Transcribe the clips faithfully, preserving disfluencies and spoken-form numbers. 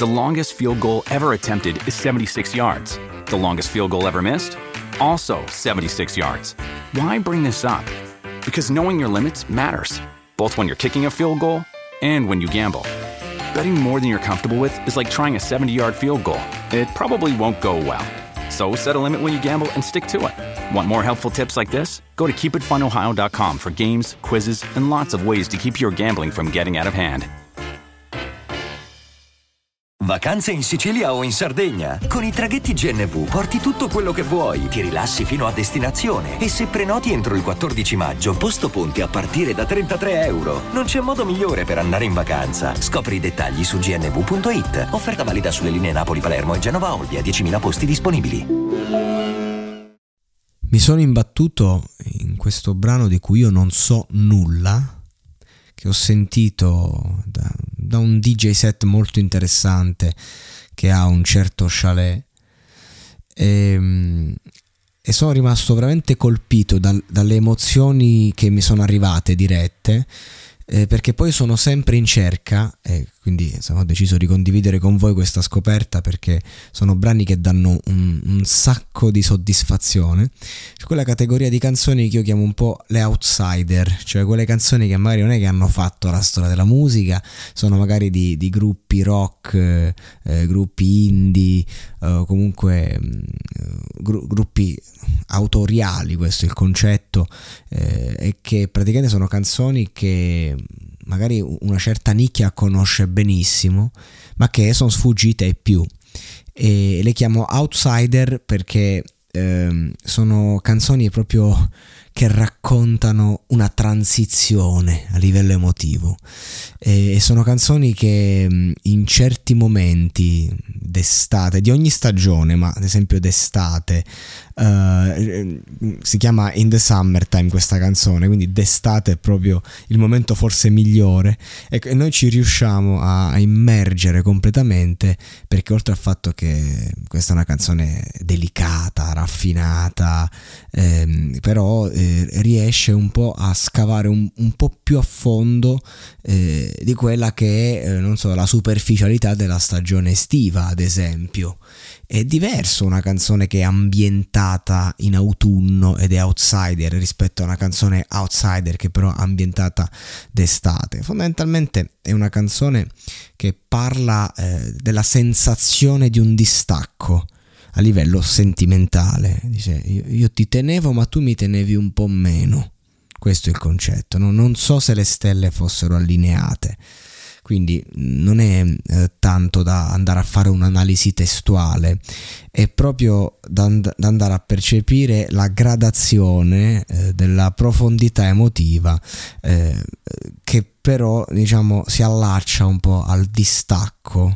The longest field goal ever attempted is seventy-six yards. The longest field goal ever missed? Also seventy-six yards. Why bring this up? Because knowing your limits matters, both when you're kicking a field goal and when you gamble. Betting more than you're comfortable with is like trying a seventy-yard field goal. It probably won't go well. So set a limit when you gamble and stick to it. Want more helpful tips like this? Go to keep it fun ohio dot com for games, quizzes, and lots of ways to keep your gambling from getting out of hand. Vacanze in Sicilia o in Sardegna? Con i traghetti G N V porti tutto quello che vuoi, ti rilassi fino a destinazione e se prenoti entro il quattordici maggio, posto ponti a partire da trentatré euro. Non c'è modo migliore per andare in vacanza. Scopri i dettagli su g n v punto i t. Offerta valida sulle linee Napoli-Palermo e Genova-Olbia, diecimila posti disponibili. Mi sono imbattuto in questo brano di cui io non so nulla, che ho sentito da, da un D J set molto interessante che ha un certo chalet e, e sono rimasto veramente colpito dal, dalle emozioni che mi sono arrivate dirette, eh, perché poi sono sempre in cerca e quindi insomma, ho deciso di condividere con voi questa scoperta perché sono brani che danno un, un sacco di soddisfazione. C'è quella categoria di canzoni che io chiamo un po' le outsider, cioè quelle canzoni che magari non è che hanno fatto la storia della musica, sono magari di, di gruppi rock, eh, gruppi indie, eh, comunque eh, gru- gruppi autoriali, questo è il concetto, eh, e che praticamente sono canzoni che magari una certa nicchia conosce benissimo, ma che sono sfuggite ai più, e le chiamo outsider perché eh, sono canzoni proprio che raccontano una transizione a livello emotivo, e sono canzoni che in certi momenti d'estate, di ogni stagione, ma ad esempio d'estate, uh, si chiama In the Summertime questa canzone, quindi d'estate è proprio il momento forse migliore, e noi ci riusciamo a, a immergere completamente, perché oltre al fatto che questa è una canzone delicata, raffinata, ehm, però eh, riesce un po' a scavare un, un po' più a fondo eh, di quella che è, eh, non so, la superficialità della stagione estiva, ad esempio. È diverso una canzone che è ambientata in autunno ed è outsider rispetto a una canzone outsider che però è ambientata d'estate. Fondamentalmente è una canzone che parla eh, della sensazione di un distacco a livello sentimentale. Dice io, io ti tenevo ma tu mi tenevi un po' meno, questo è il concetto, no? Non so se le stelle fossero allineate, quindi non è eh, tanto da andare a fare un'analisi testuale, è proprio da, and- da andare a percepire la gradazione eh, della profondità emotiva eh, che però diciamo si allaccia un po' al distacco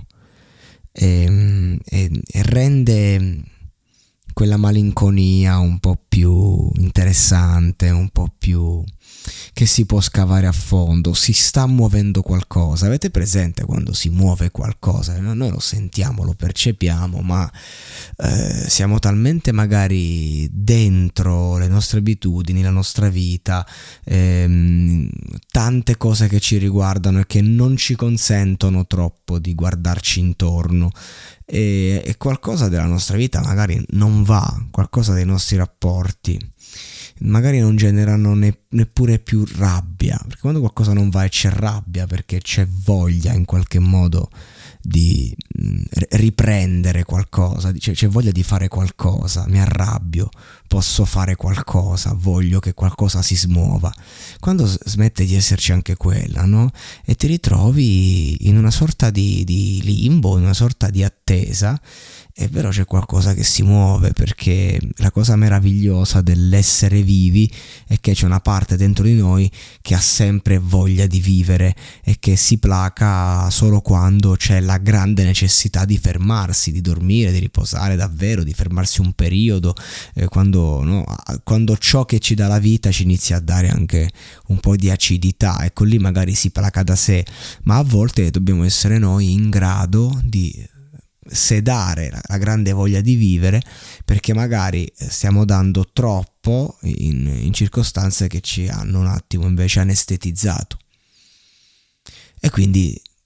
e, e, e rende quella malinconia un po' più interessante, un po' più che si può scavare a fondo. Si sta muovendo qualcosa, avete presente quando si muove qualcosa? Noi lo sentiamo, lo percepiamo, ma eh, siamo talmente magari dentro le nostre abitudini, la nostra vita, ehm, tante cose che ci riguardano e che non ci consentono troppo di guardarci intorno, e, e qualcosa della nostra vita magari non va, qualcosa dei nostri rapporti magari non generano ne, neppure più rabbia, perché quando qualcosa non va e c'è rabbia perché c'è voglia in qualche modo di mh, riprendere qualcosa, c'è, c'è voglia di fare qualcosa, mi arrabbio, posso fare qualcosa, voglio che qualcosa si smuova. Quando smette di esserci anche quella, no? E ti ritrovi in una sorta di, di limbo, in una sorta di attesa, e però c'è qualcosa che si muove, perché la cosa meravigliosa dell'essere vivi è che c'è una parte dentro di noi che ha sempre voglia di vivere e che si placa solo quando c'è la grande necessità di fermarsi, di dormire, di riposare davvero, di fermarsi un periodo, eh, quando, no, quando ciò che ci dà la vita ci inizia a dare anche un po' di acidità, ecco lì magari si placa da sé, ma a volte dobbiamo essere noi in grado di sedare la grande voglia di vivere, perché magari stiamo dando troppo in, in circostanze che ci hanno un attimo invece anestetizzato, e quindi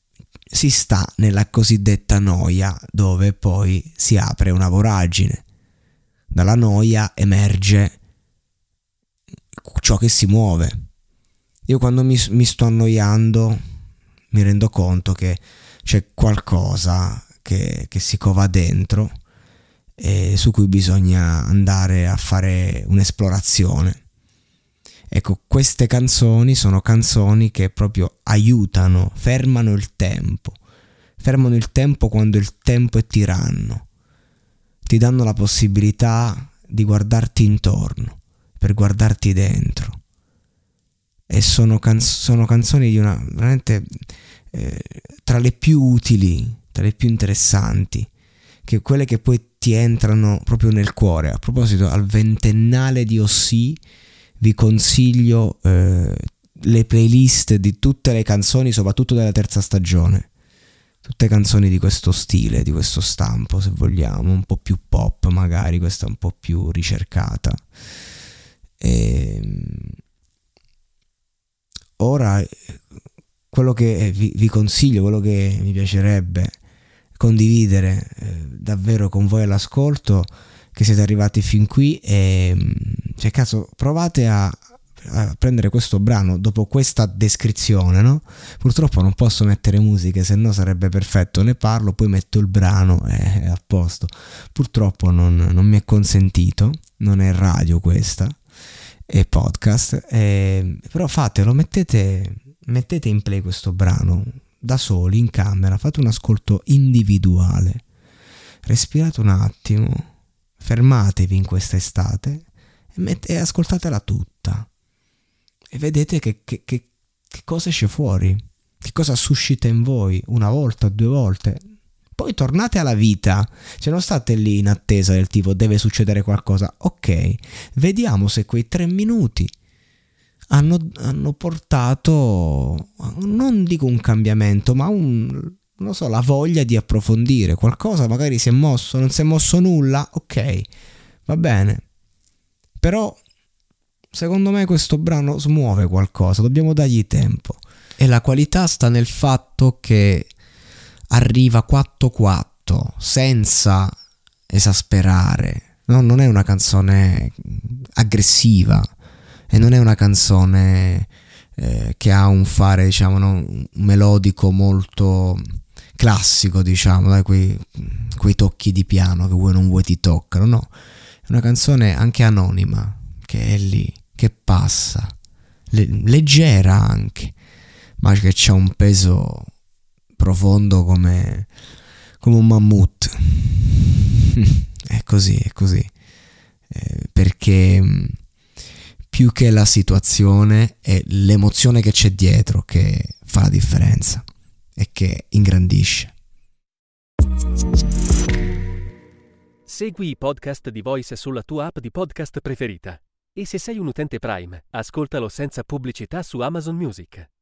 si sta nella cosiddetta noia, dove poi si apre una voragine. Dalla noia emerge ciò che si muove. Io quando mi, mi sto annoiando mi rendo conto che c'è qualcosa che, che si cova dentro e su cui bisogna andare a fare un'esplorazione. Ecco, queste canzoni sono canzoni che proprio aiutano, fermano il tempo, fermano il tempo quando il tempo è tiranno, ti danno la possibilità di guardarti intorno, per guardarti dentro. E sono, canz- sono canzoni di una veramente eh, tra le più utili, tra le più interessanti, che quelle che poi ti entrano proprio nel cuore. A proposito, al ventennale di Osì vi consiglio eh, le playlist di tutte le canzoni, soprattutto della terza stagione, tutte canzoni di questo stile, di questo stampo, se vogliamo, un po' più pop magari, questa un po' più ricercata. E ora quello che vi, vi consiglio, quello che mi piacerebbe condividere eh, davvero con voi all'ascolto, che siete arrivati fin qui, e se caso provate a, a prendere questo brano dopo questa descrizione, no? Purtroppo non posso mettere musiche, se no sarebbe perfetto, ne parlo, poi metto il brano e è a posto. Purtroppo non, non mi è consentito, non è radio questa, è podcast, e, però fatelo, mettete, mettete in play questo brano da soli in camera, fate un ascolto individuale, respirate un attimo, fermatevi in questa estate e, mette, e ascoltatela tutta e vedete che, che, che, che cosa esce fuori, che cosa suscita in voi, una volta, due volte. Poi tornate alla vita, se non state lì in attesa del tipo deve succedere qualcosa. Ok, vediamo se quei tre minuti hanno, hanno portato, non dico un cambiamento, ma un, non so, la voglia di approfondire qualcosa. Magari si è mosso, non si è mosso nulla, ok, va bene, però secondo me questo brano smuove qualcosa, dobbiamo dargli tempo, e la qualità sta nel fatto che arriva quattro quattro senza esasperare, no? Non è una canzone aggressiva e non è una canzone eh, che ha un fare, diciamo, no? Un melodico molto classico, diciamo, dai, quei, quei tocchi di piano che vuoi non vuoi ti toccano, no, è una canzone anche anonima, che è lì, che passa, le, leggera anche, ma che c'ha un peso profondo come, come un mammut. È così, è così, eh, perché più che la situazione è l'emozione che c'è dietro che fa la differenza e che ingrandisce. Segui i podcast di Voice sulla tua app di podcast preferita. E se sei un utente Prime, ascoltalo senza pubblicità su Amazon Music.